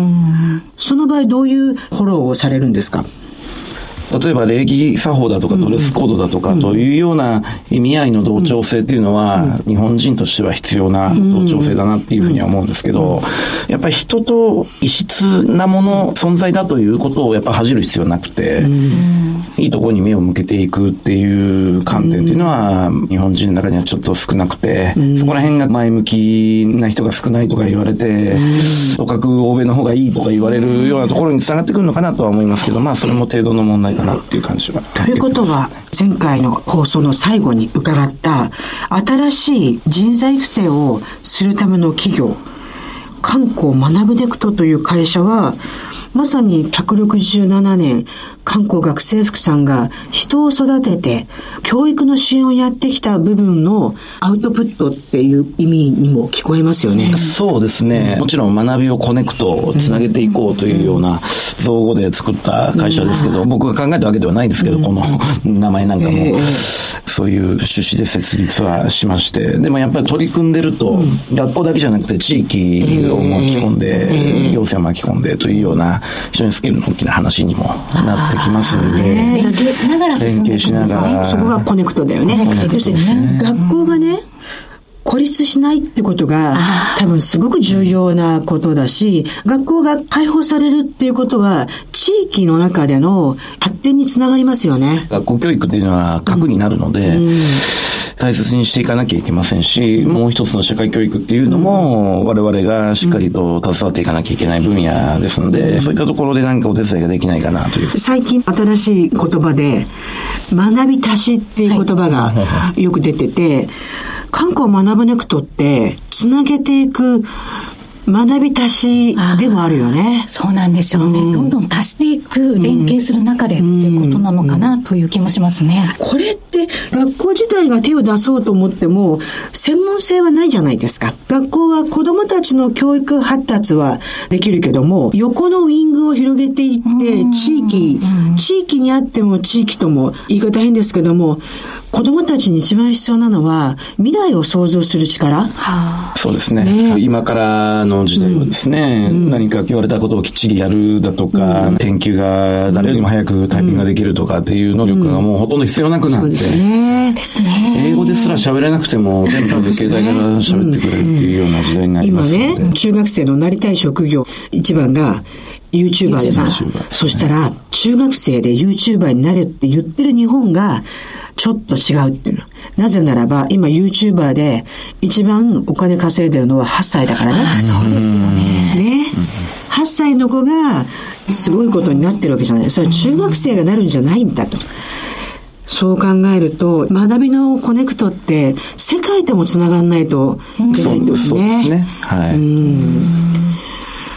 その場合どういうフォローをされるんですか？ 例えば礼儀作法だとかドレスコードだとかというような意味合いの同調性っていうのは日本人としては必要な同調性だなっていうふうには思うんですけど、やっぱり人と異質なもの存在だということをやっぱ恥じる必要はなくて、いいところに目を向けていくっていう観点っていうのは日本人の中にはちょっと少なくて、そこら辺が前向きな人が少ないとか言われて、とかく欧米の方がいいとか言われるようなところにつながってくるのかなとは思いますけど、まあそれも程度の問題かなっていう感じは。 ということは前回の放送の最後に伺った新しい人材育成をするための企業、観光学ぶネクトという会社はまさにひゃくろくじゅうななねん観光学生服さんが人を育てて教育の支援をやってきた部分のアウトプットっていう意味にも聞こえますよね。 そうですね、もちろん学びをコネクトつなげていこうというような造語で作った会社ですけど、うん、僕が考えたわけではないですけど、うん、この名前なんかも、えー、そういう趣旨で設立はしまして、でもやっぱり取り組んでると、うん、学校だけじゃなくて地域を巻き込んで、えー、行政を巻き込んでというような非常にスケールの大きな話にもなってきますんで、 連携しながら進んでいくんですね。 そこがコネクトだよね。要するに学校がね、孤立しないってことが多分すごく重要なことだし、学校が開放されるっていうことは地域の中での発展につながりますよね。 学校教育っていうのは核になるので、うんうん、大切にしていかなきゃいけませんし、もう一つの社会教育っていうのも我々がしっかりと携わっていかなきゃいけない分野ですので、そういったところで何かお手伝いができないかなという。 最近新しい言葉で学び足しっていう言葉がよく出てて、観光学ぶネクトってつなげていく学び足しでもあるよね。 そうなんでしょうね、うん、どんどん足していく、連携する中で、うん、っていうことなのかなという気もしますね。 これって学校自体が手を出そうと思っても専門性はないじゃないですか。学校は子どもたちの教育発達はできるけども、横のウィングを広げていって地域、地域にあっても地域とも言い方変ですけども、子どもたちに一番必要なのは未来を想像する力、はあ、そうです ね, ね今からの時代はですね、うん、何か言われたことをきっちりやるだとか、うん、研究が誰よりも早くタイピングができるとかっていう能力がもうほとんど必要なくなって、うん、そうですね、英語ですら喋れなくても全部携帯から喋ってくれるっていうような時代になりますので、 今ね、中学生のなりたい職業一番がYouTuber でさ、ね、そしたら中学生で YouTuber になれって言ってる日本がちょっと違うっていうの。なぜならば今 YouTuber で一番お金稼いでるのははっさいだからね。 ああ、そうですよね。 ね、はっさいの子がすごいことになってるわけじゃない。それは中学生がなるんじゃないんだと。そう考えると学びのコネクトって世界ともつながらないといけないんですね。 そうですね。はい。うん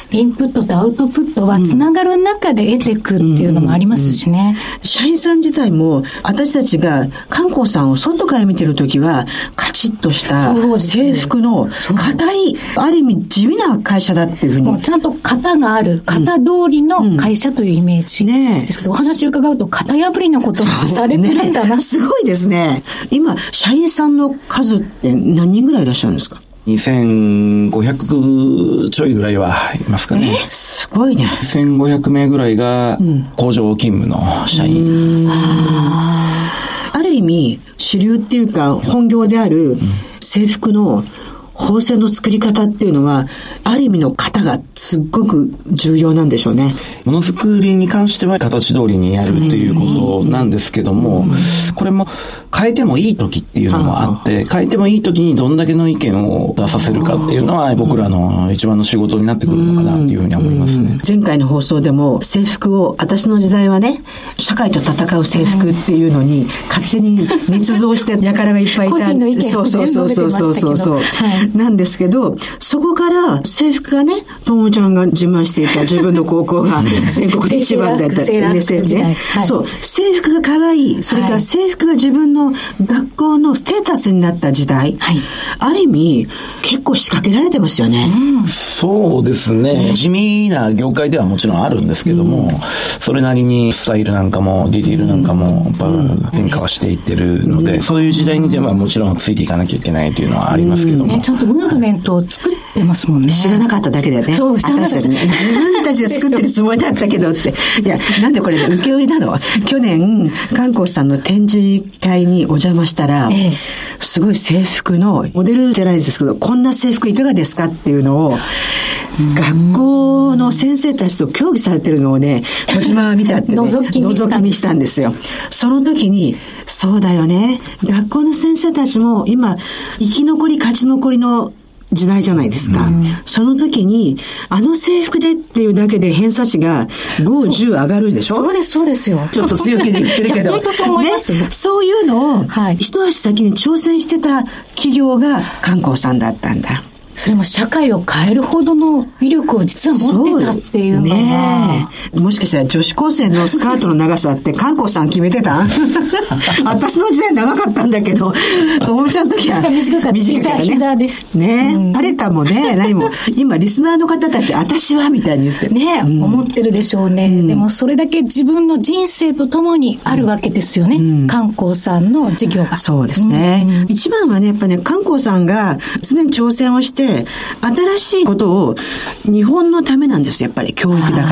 インプットとアウトプットはつながる中で得ていくっていうのもありますしね、 うんうんうん、社員さん自体も私たちが観光さんを外から見てるときはカチッとした制服の硬いある意味地味な会社だっていうふうに、 もうちゃんと型がある型通りの会社というイメージですけど、うんうんね、お話を伺うと型破りなこともされてるんだな、 ね、すごいですね。今社員さんの数って何人ぐらいいらっしゃるんですか？ にせんごひゃくちょいぐらいはいますかね。 えすごいね。 せんごひゃくめいぐらいが工場勤務の社員、うん、 あ, ある意味主流っていうか本業である制服の縫製の作り方っていうのはある意味の型がすっごく重要なんでしょうね。 ものづくりに関しては形通りにやるということなんですけども、ね、うん、これも変えてもいい時っていうのもあって変えてもいい時にどんだけの意見を出させるかっていうのは僕らの一番の仕事になってくるのかなっていうふうに思いますね。 前回の放送でも制服を私の時代はね社会と戦う制服っていうのに勝手に捏造して輩がいっぱいいた個人の意見そうそうそうそうそうそうそう、はい、なんですけどそこから制服がねともちゃんが自慢していた自分の高校が全国で一番だったセーラー服時代、 はい、そう制服が可愛いそれから制服が自分の学校のステータスになった時代、はい、ある意味結構仕掛けられてますよね、 うん、そうですね、地味な業界ではもちろんあるんですけども、うん、それなりにスタイルなんかもディティールなんかもやっぱ変化はしていってるので、うん、そういう時代にではもちろんついていかなきゃいけないというのはありますけども、うんね、 ちゃんとムーブメントを作ってますもんね。 知らなかっただけだよね。 そう知らなかった私たち、ね、自分たちで作ってるつもりだったけどっていやなんでこれ、ね、受け売りなの。去年観光さんの展示会にお邪魔したら、ええ、すごい制服のモデルじゃないですけどこんな制服いかがですかっていうのを学校の先生たちと協議されてるのをね小島は見たってね覗き見した覗き見したんですよ。その時にそうだよね学校の先生たちも今生き残り勝ち残りの時代じゃないですか、うん、その時にあの制服でっていうだけで偏差値がご、じゅう上がるでしょ。 そうですそうですよ。 ちょっと強気で言ってるけど本当そう思います、ね、 そういうのを一足先に挑戦してた企業が観光さんだったんだ。 それも社会を変えるほどの威力を実は持ってたっていうのがねえ、もしかしたら女子高生のスカートの長さって観光さん決めてた私の時代長かったんだけどともちゃんの時は短かった短かった、ね、膝, 膝ですね、うん、パレタもね何も今リスナーの方たち私はみたいに言ってね、うん、思ってるでしょうね、うん、でもそれだけ自分の人生とともにあるわけですよね、うん、観光さんの事業が。 そうですね、うん、一番はねやっぱね観光さんが常に挑戦をして新しいことを日本のためなんですよやっぱり教育だから。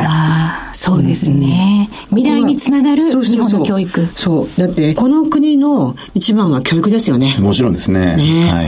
そうですね、うん、未来につながる日本の教育。 そうだってこの国の一番は教育ですよね。 もちろんですね、 ね、 はい、 うん、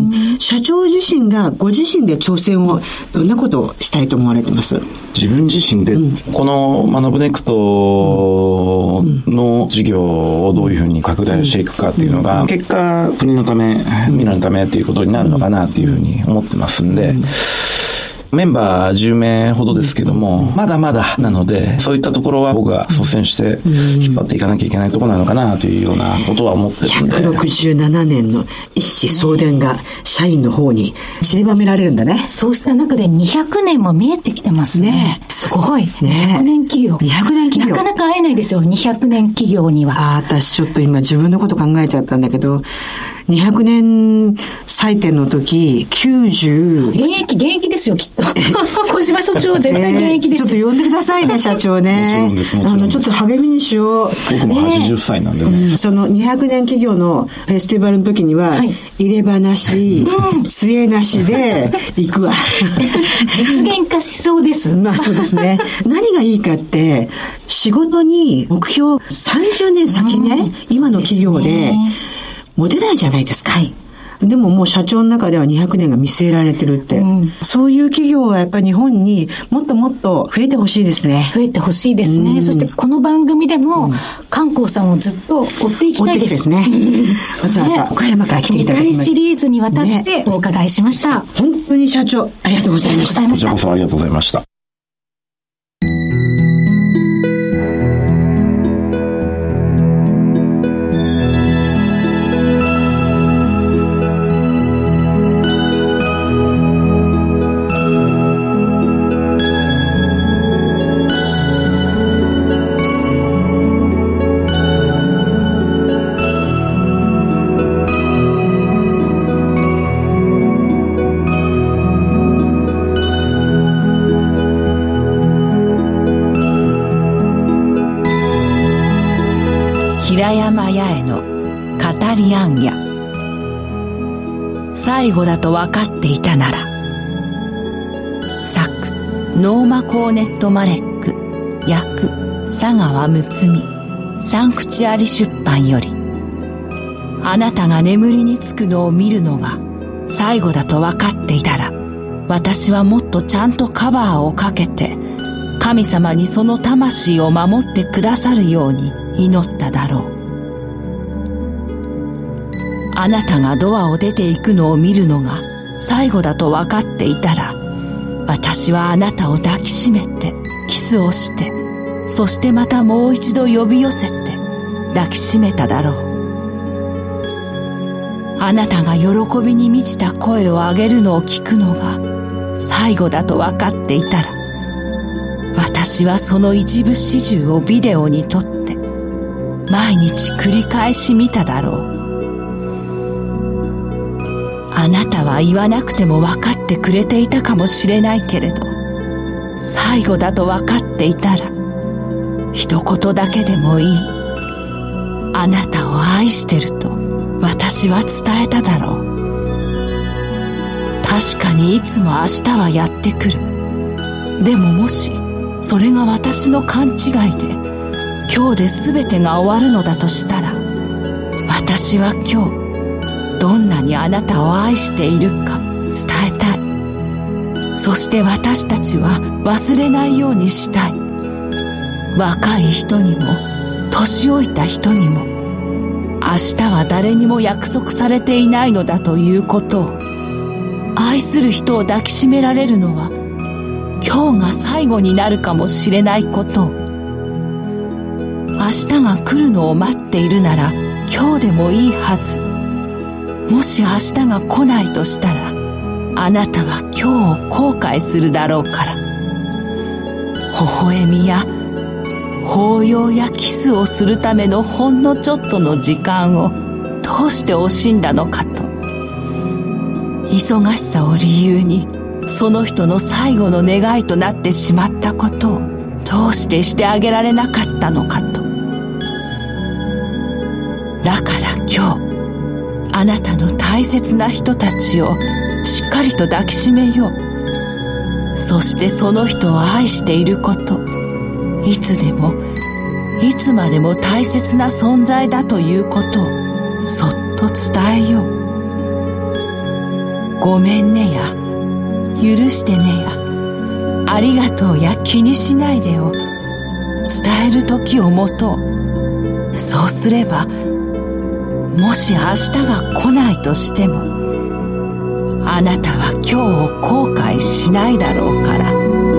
社長自身がご自身で挑戦をどんなことをしたいと思われてます？ 自分自身で、うん、この学ぶネクトの事業をどういうふうに拡大していくかっていうのが、うん、結果国のため未来のためっていうことになるのかなっていうふうに思ってますんで、うん、メンバーじゅうめいほどですけども、まだまだなので、そういったところは僕が率先して引っ張っていかなきゃいけないところなのかなというようなことは思ってるんで。 ひゃくろくじゅうななねんの一子相伝が社員の方に散りばめられるんだね。 そうした中でにひゃくねんも見えてきてますね。ねすごい。ね、にひゃくねん企業。 にひゃくねん企業。 なかなか会えないですよ、にひゃくねん企業には。 ああ、私ちょっと今自分のこと考えちゃったんだけど、にひゃくねん祭典の時、きゅうじゅう。 現役、現役ですよ、きっと。小島所長、絶対現役です、 えー。ちょっと呼んでくださいね、社長ね。 もちろんです、もちろんです。あの、 ちょっと励みにしよう。 僕もはちじゅっさいなんでね。 うん、そのにひゃくねん企業のフェスティバルの時には、はい、入れ歯なし、杖なしで行くわ。 実現化しそうです。 まあそうですね。何がいいかって、仕事に目標さんじゅうねん先ね、今の企業で持てないじゃないですか。はい、でももう社長の中ではにひゃくねんが見据えられてるって、うん、そういう企業はやっぱり日本にもっともっと増えてほしいですね。 増えてほしいですね、うん、そしてこの番組でも、うん、観光さんをずっと追っていきたいです。 追っていきたいですね。わざわざ岡山から来ていただきました。 にかいシリーズにわたってお伺いしました、ね、 本当に社長ありがとうございました。 こちらこそありがとうございました。 平山八重のカタリアンギャ。最後だと分かっていたなら。作ノーマ・コーネット・マレック、訳佐川睦美、サンクチュアリ出版より。あなたが眠りにつくのを見るのが最後だと分かっていたら、私はもっとちゃんとカバーをかけて神様にその魂を守ってくださるように祈っただろう。あなたがドアを出ていくのを見るのが最後だと分かっていたら、私はあなたを抱きしめてキスをして、そしてまたもう一度呼び寄せて抱きしめただろう。あなたが喜びに満ちた声を上げるのを聞くのが最後だと分かっていたら、私はその一部始終をビデオに撮って毎日繰り返し見ただろう。あなたは言わなくても分かってくれていたかもしれないけれど、最後だと分かっていたら一言だけでもいい。あなたを愛してると私は伝えただろう。確かにいつも明日はやってくる。でももしそれが私の勘違いで今日で全てが終わるのだとしたら、私は今日どんなにあなたを愛しているか伝えたい。そして私たちは忘れないようにしたい。若い人にも年老いた人にも、明日は誰にも約束されていないのだということを、愛する人を抱きしめられるのは今日が最後になるかもしれないことを、明日が来るのを待っているなら今日でもいいはず。もし明日が来ないとしたら、あなたは今日を後悔するだろうから。微笑みや抱擁やキスをするためのほんのちょっとの時間をどうして惜しんだのかと。忙しさを理由にその人の最後の願いとなってしまったことをどうしてしてあげられなかったのかと。だから今日、あなたの大切な人たちをしっかりと抱きしめよう。そしてその人を愛していること、いつでもいつまでも大切な存在だということをそっと伝えよう。ごめんねや許してねやありがとうや気にしないでを伝える時を持とう。そうすれば、もし明日が来ないとしても、あなたは今日を後悔しないだろうから。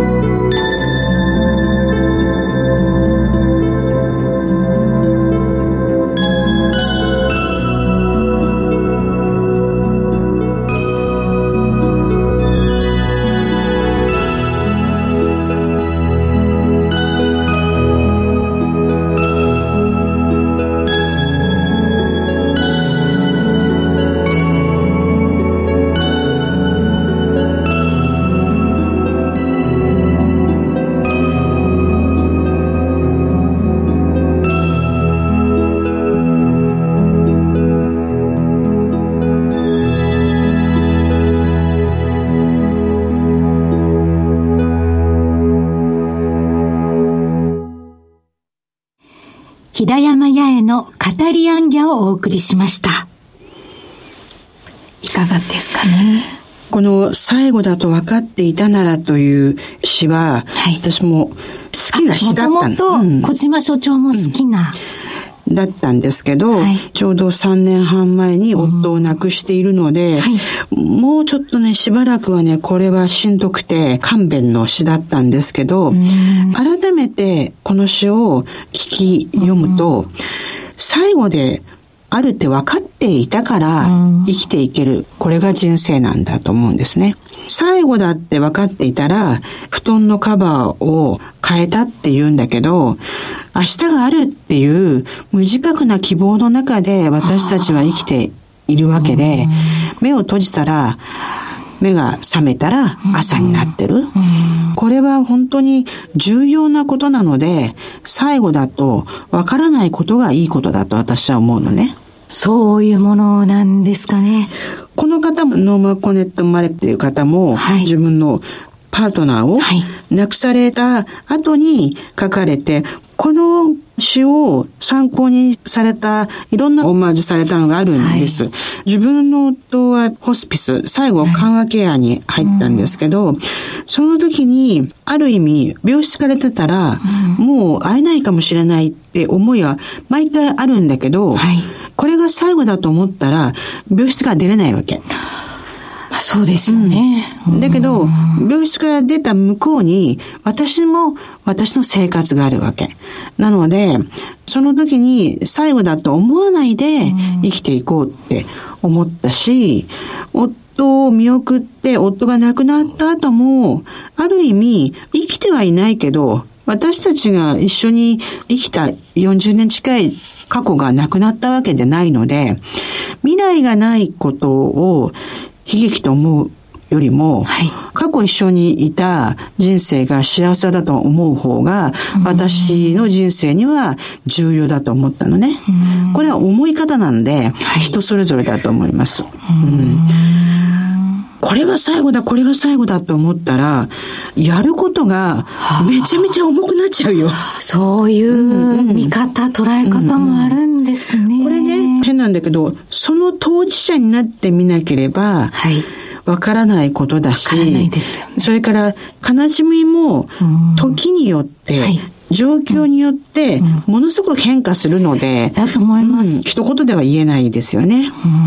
平山八重のカタリアンギャをお送りしました。いかがですかね。 この最後だと分かっていたならという詩は、はい、私も好きな詩だったの。 もともと小島所長も好きな、 うん、だったんですけど、はい、ちょうどさんねんはん前に夫を亡くしているので、うんはい、もうちょっとねしばらくはねこれはしんどくて勘弁の詩だったんですけど、うん、改めてこの詩を聞き読むと、うん、最後であるって分かっていたから生きていける、これが人生なんだと思うんですね。最後だって分かっていたら布団のカバーを変えたって言うんだけど、明日があるっていう無自覚な希望の中で私たちは生きているわけで、目を閉じたら目が覚めたら朝になってる。これは本当に重要なことなので、最後だとわからないことがいいことだと私は思うのね。 そういうものなんですかね。 この方もノーマ・コネット・マレっていう方も、はい、自分のパートナーを亡くされた後に書かれて、この詩を参考にされた、いろんなオマージュされたのがあるんです。はい、自分の夫はホスピス、最後緩和ケアに入ったんですけど、はいうん、その時に、ある意味、病室から出たら、うん、もう会えないかもしれないって思いは毎回あるんだけど、はい、これが最後だと思ったら、病室から出れないわけ。 まあ、そうですよね、 うん。だけど、病室から出た向こうに、私も私の生活があるわけ。なので、その時に最後だと思わないで生きていこうって思ったし、夫を見送って夫が亡くなった後も、ある意味生きてはいないけど、私たちが一緒に生きたよんじゅうねん近い過去がなくなったわけでないので、未来がないことを悲劇と思うよりも、はい、過去一緒にいた人生が幸せだと思う方が、私の人生には重要だと思ったのね。これは思い方なんで、はい、人それぞれだと思います。うんこれが最後だ、これが最後だと思ったら、やることがめちゃめちゃ重くなっちゃうよ。 そういう見方、うん、捉え方もあるんですね、うんうん。これね、変なんだけど、その当事者になってみなければ、はい。わからないことだし、 ないですよね、 それから悲しみも時によって、はい、状況によってものすごく変化するので、 だと思います、うん、 一言では言えないですよね。 うん、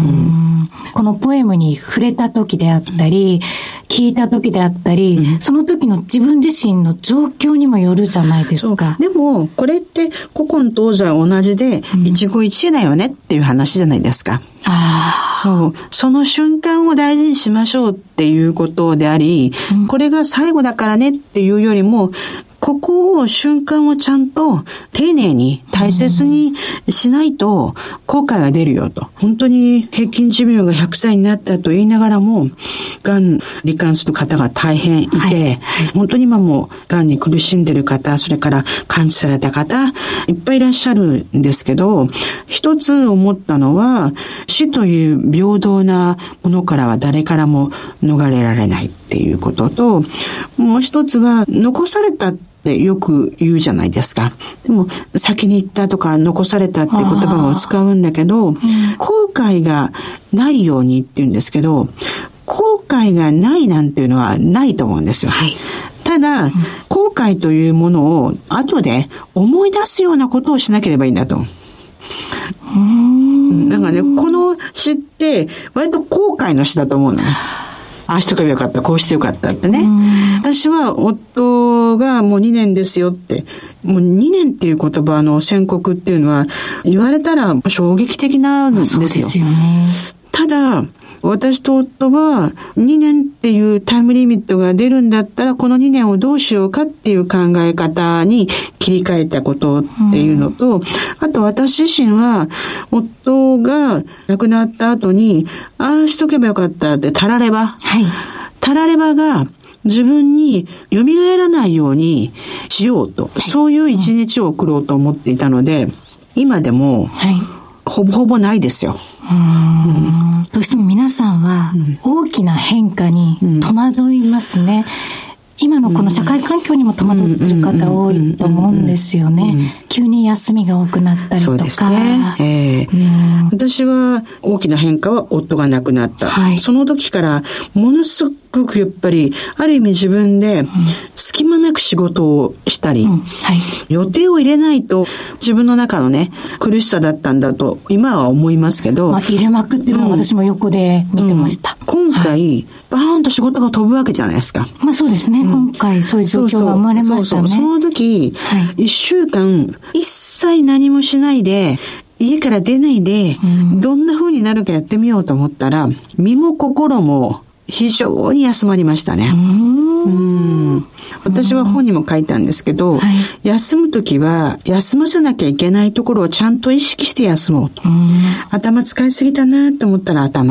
このポエムに触れた時であったり、聞いた時であったり、うん、その時の自分自身の状況にもよるじゃないですか。 でもこれって古今東西同じで、うん、一期一会だよねっていう話じゃないですか。あそう、その瞬間を大事にしましょうっていうことであり、うん、これが最後だからねっていうよりも、ここを瞬間をちゃんと丁寧に大切にしないと後悔が出るよと。本当に平均寿命がひゃくさいになったと言いながらも、がん罹患する方が大変いて、はい、本当に今もがんに苦しんでる方、それから完治された方いっぱいいらっしゃるんですけど、一つ思ったのは、死という平等なものからは誰からも逃れられないっていうことと、もう一つは残されたってよく言うじゃないですか。でも先に行ったとか残されたって言葉を使うんだけど、うん、後悔がないようにって言うんですけど、後悔がないなんていうのはないと思うんですよ。はい、ただ、うん、後悔というものを後で思い出すようなことをしなければいいんだと。うーんだからね、この詩って割と後悔の詩だと思うのね。ああしとけばよかった、こうしてよかったってね。私は夫がもうにねんですよって、もうにねんっていう言葉の宣告っていうのは言われたら衝撃的なんですよ。 そうですよね。 ただ、私と夫はにねんっていうタイムリミットが出るんだったら、このにねんをどうしようかっていう考え方に切り替えたことっていうのと、うん、あと私自身は夫が亡くなった後に、ああしとけばよかったってたられば、はい、たらればが自分に蘇らないようにしようと、はい、そういう一日を送ろうと思っていたので、今でも、はいほぼほぼないですよ。 うーん、うん、どうしても皆さんは大きな変化に戸惑いますね。うん、今のこの社会環境にも戸惑ってる方多いと思うんですよね。急に休みが多くなったりとか。そうですね。えー、私は大きな変化は夫が亡くなった。はい、その時からものすごくやっぱりある意味自分で隙間なく仕事をしたり、うんはい、予定を入れないと自分の中のね苦しさだったんだと今は思いますけど、 まあ、入れまくってるのを私も横で見てました。 うんうん、今回、はい、バーンと仕事が飛ぶわけじゃないですか。 まあそうですね。うん、今回そういう状況が生まれましたね。そうそうその時、はい、一週間一切何もしないで家から出ないで、うん、どんな風になるかやってみようと思ったら、身も心も非常に休まりましたね。うんうん私は本にも書いたんですけど、はい、休むときは休ませなきゃいけないところをちゃんと意識して休もうと。うん頭使いすぎたなと思ったら頭。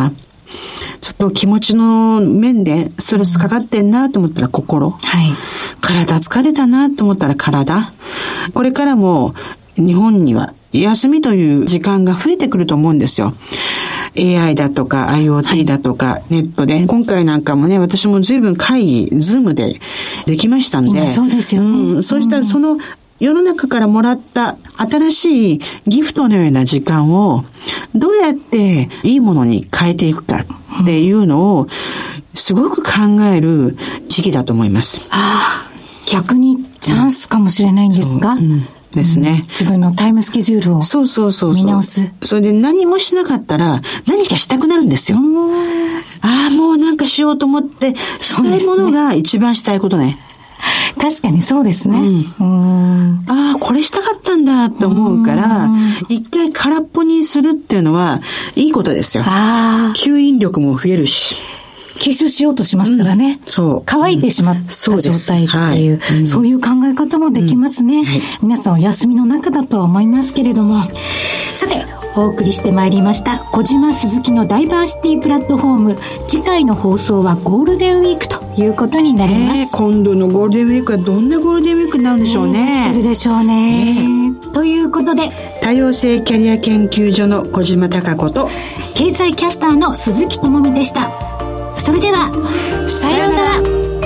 ちょっと気持ちの面でストレスかかってんなと思ったら心。はい。体疲れたなと思ったら体。これからも日本には休みという時間が増えてくると思うんですよ。エーアイ だとか IoT だとかネットで、はい、今回なんかもね、私も随分会議、ズームでできましたんで。 そうですよね。 うん、そうしたらその世の中からもらった新しいギフトのような時間をどうやっていいものに変えていくかっていうのをすごく考える時期だと思います。 ああ、逆にチャンスかもしれないんですが、うんですね、 うん、自分のタイムスケジュールをそうそうそう見直す。 それで何もしなかったら何かしたくなるんですよ。ああ、もうなんかしようと思ってしたいものが一番したいことね。 確かにそうですね。 うん、うんああ、これしたかったんだと思うから、一回空っぽにするっていうのはいいことですよ。あ吸引力も増えるし。 吸収しようとしますからね。 うん、そう。 乾いてしまった状態っていう、うんはいうん、そういう考え方もできますね。うんはい、皆さんお休みの中だとは思いますけれども。さて、お送りしてまいりました小島鈴木のダイバーシティプラットフォーム。次回の放送はゴールデンウィークということになります。えー、 今度のゴールデンウィークはどんなゴールデンウィークになるんでしょうね。 えー、するでしょうね、えー。ということで、 多様性キャリア研究所の小島貴子と経済キャスターの鈴木智美でした。それではさようなら。